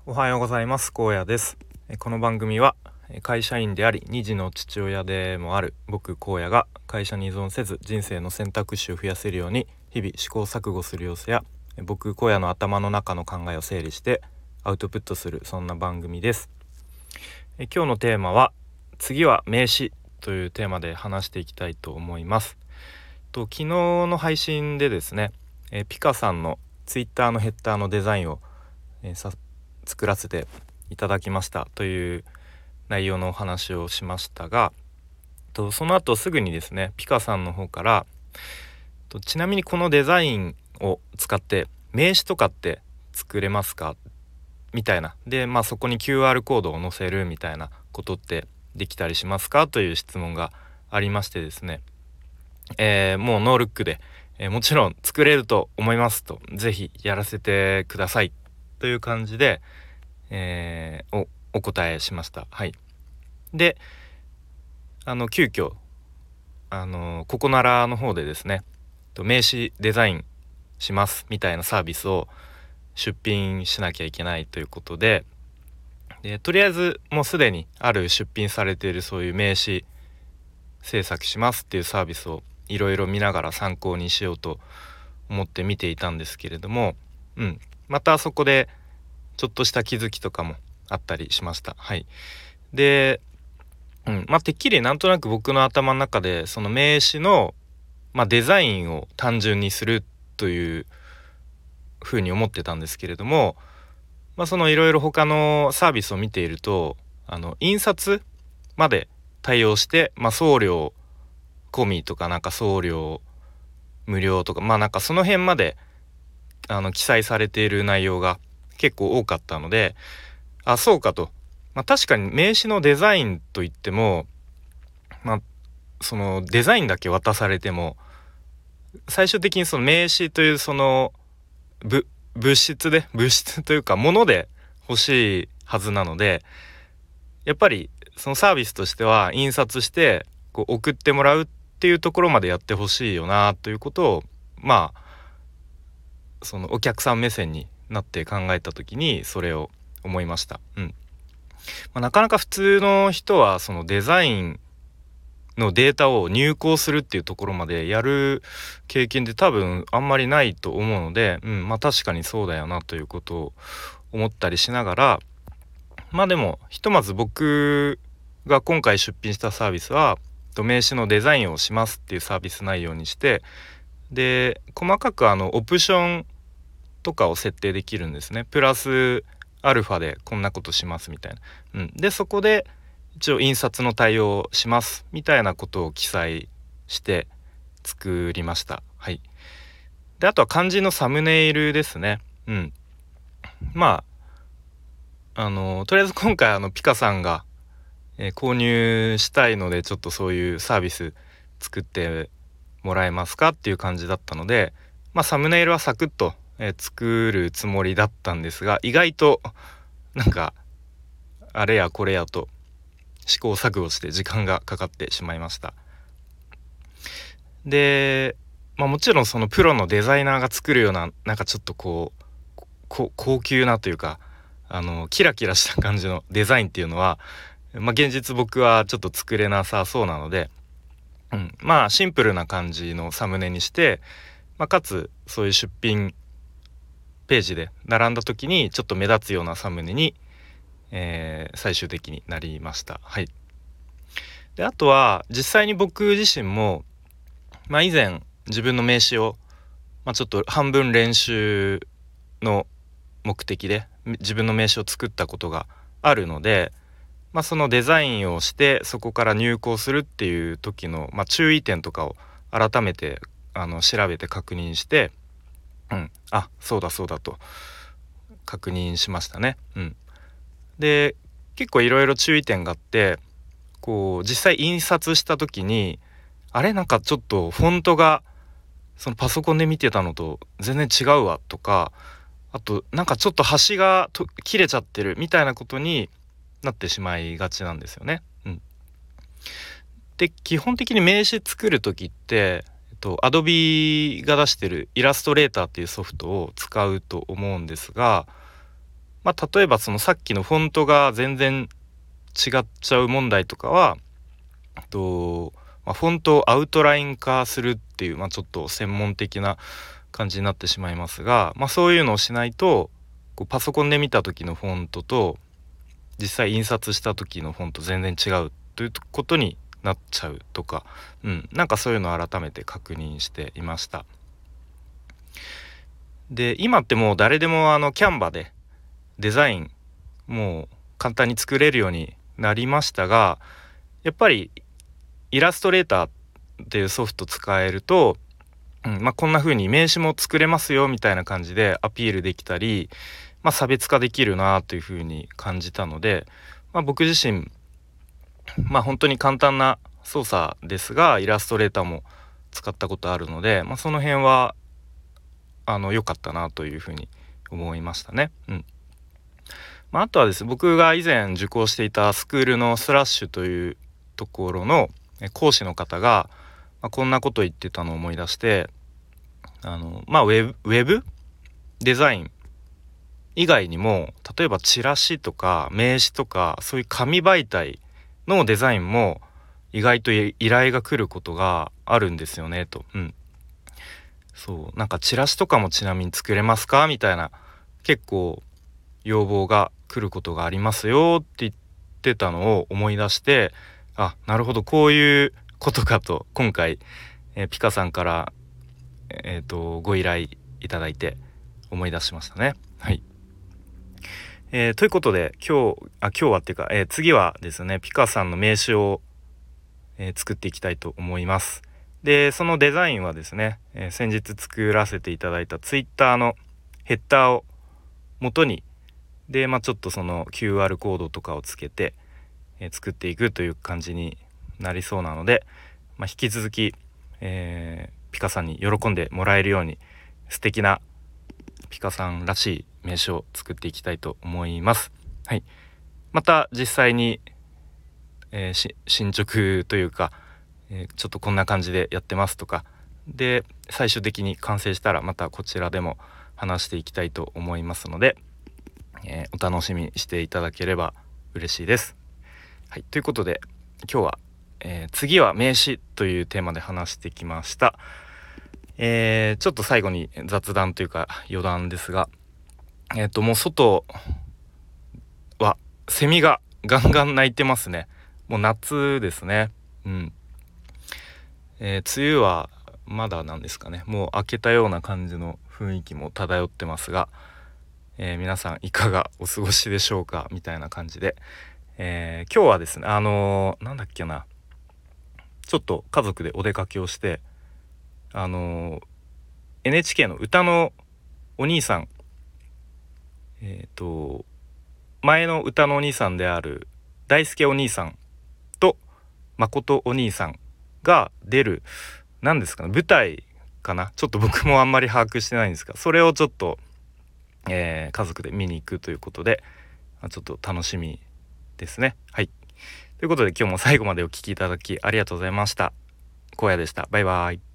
おはようございます。荒野です。この番組は会社員であり2児の父親でもある僕荒野が会社に依存せず人生の選択肢を増やせるように日々試行錯誤する様子や僕荒野の頭の中の考えを整理してアウトプットする、そんな番組です。今日のテーマは次は名詞というテーマで話していきたいと思います。昨日の配信でですね、ピカさんのツイッターのヘッダーのデザインを、作らせていただきましたという内容のお話をしましたが、その後すぐにですね、ピカさんの方からちなみにこのデザインを使って名詞とかって作れますかみたいな、でそこに QR コードを載せるみたいなことってできたりしますかという質問がありましてですね、もうノールックで、もちろん作れると思いますと、ぜひやらせてくださいという感じで、お答えしました。はい。で、急遽ココナラの方でですね、名刺デザインしますみたいなサービスを出品しなきゃいけないということで、とりあえずもうすでにある出品されているそういう名刺制作しますっていうサービスをいろいろ見ながら参考にしようと思って見ていたんですけれども、またそこでちょっとした気づきとかもあったりしました。はい。で、てっきりなんとなく僕の頭の中でその名詞の、デザインを単純にするというふうに思ってたんですけれども、そのいろいろ他のサービスを見ていると、印刷まで対応して、送料込みとか、なんか送料無料とか、なんかその辺まで記載されている内容が結構多かったので、そうかと。確かに名刺のデザインといっても、そのデザインだけ渡されても、最終的にその名刺というその物質というかもので欲しいはずなので、やっぱりそのサービスとしては印刷してこう送ってもらうっていうところまでやってほしいよなということを、そのお客さん目線になって考えた時にそれを思いました。なかなか普通の人はそのデザインのデータを入稿するっていうところまでやる経験って多分あんまりないと思うので、確かにそうだよなということを思ったりしながら、でもひとまず僕が今回出品したサービスは名刺のデザインをしますっていうサービス内容にして、で細かくオプションとかを設定できるんですね。プラスアルファでこんなことしますみたいな、でそこで一応印刷の対応しますみたいなことを記載して作りました。はい。であとは漢字のサムネイルですね。とりあえず今回ピカさんが、購入したいのでちょっとそういうサービス作ってもらえますかっていう感じだったので、サムネイルはサクッと、作るつもりだったんですが、意外となんかあれやこれやと試行錯誤して時間がかかってしまいました。で、もちろんそのプロのデザイナーが作るような、なんかちょっと高級なというかキラキラした感じのデザインっていうのは、現実僕はちょっと作れなさそうなので、シンプルな感じのサムネにして、かつそういう出品ページで並んだ時にちょっと目立つようなサムネに、最終的になりました。はい。であとは実際に僕自身も、以前自分の名刺を、ちょっと半分練習の目的で自分の名刺を作ったことがあるので、そのデザインをしてそこから入稿するっていう時の、注意点とかを改めて調べて確認して、そうだそうだと確認しましたね。で結構いろいろ注意点があって、実際印刷した時になんかちょっとフォントがそのパソコンで見てたのと全然違うわとか、あとなんかちょっと端が切れちゃってるみたいなことになってしまいがちなんですよね。で基本的に名刺作る時って、Adobe が出してるイラストレーターっていうソフトを使うと思うんですが、 例えばそのさっきのフォントが全然違っちゃう問題とかはフォントをアウトライン化するっていう、ちょっと専門的な感じになってしまいますが、そういうのをしないとパソコンで見た時のフォントと実際印刷した時のフォント全然違うということになっちゃうとか、なんかそういうのを改めて確認していました。で今ってもう誰でもキャンバでデザインもう簡単に作れるようになりましたが、やっぱりイラストレーターっていうソフト使えると、こんな風に名刺も作れますよみたいな感じでアピールできたり、差別化できるなという風に感じたので、僕自身本当に簡単な操作ですがイラストレーターも使ったことあるので、その辺は良かったなという風に思いましたね。あとはですね、僕が以前受講していたスクールのスラッシュというところの講師の方が、こんなこと言ってたのを思い出して、ウェブデザイン以外にも例えばチラシとか名刺とかそういう紙媒体のデザインも意外と依頼が来ることがあるんですよねと。そうなんかチラシとかもちなみに作れますかみたいな結構要望が来ることがありますよって言ってたのを思い出して、なるほどこういうことかと今回、ピカさんから、ご依頼いただいて思い出しましたね。はい。ということで今日はっていうか、次はですねピカさんの名刺を、作っていきたいと思います。でそのデザインはですね、先日作らせていただいたツイッターのヘッダーを元にで、ちょっとその QR コードとかをつけて、作っていくという感じになりそうなので、引き続き、ピカさんに喜んでもらえるように素敵なピカさんらしい名刺を作っていきたいと思います。はい。また実際に、進捗というか、ちょっとこんな感じでやってますとかで最終的に完成したらまたこちらでも話していきたいと思いますので、お楽しみにしていただければ嬉しいです。はい、ということで今日は、次は名刺というテーマで話してきました。ちょっと最後に雑談というか余談ですが、もう外はセミがガンガン鳴いてますね。もう夏ですね。梅雨はまだなんですかね、もう明けたような感じの雰囲気も漂ってますが、皆さんいかがお過ごしでしょうかみたいな感じで、今日はですねなんだっけな、ちょっと家族でお出かけをしてNHK の歌のお兄さん前の歌のお兄さんである大輔お兄さんと誠お兄さんが出る何ですかね、舞台かな、ちょっと僕もあんまり把握してないんですが、それをちょっと、家族で見に行くということでちょっと楽しみですね。はい、ということで今日も最後までお聞きいただきありがとうございました。荒野でした。バイバイ。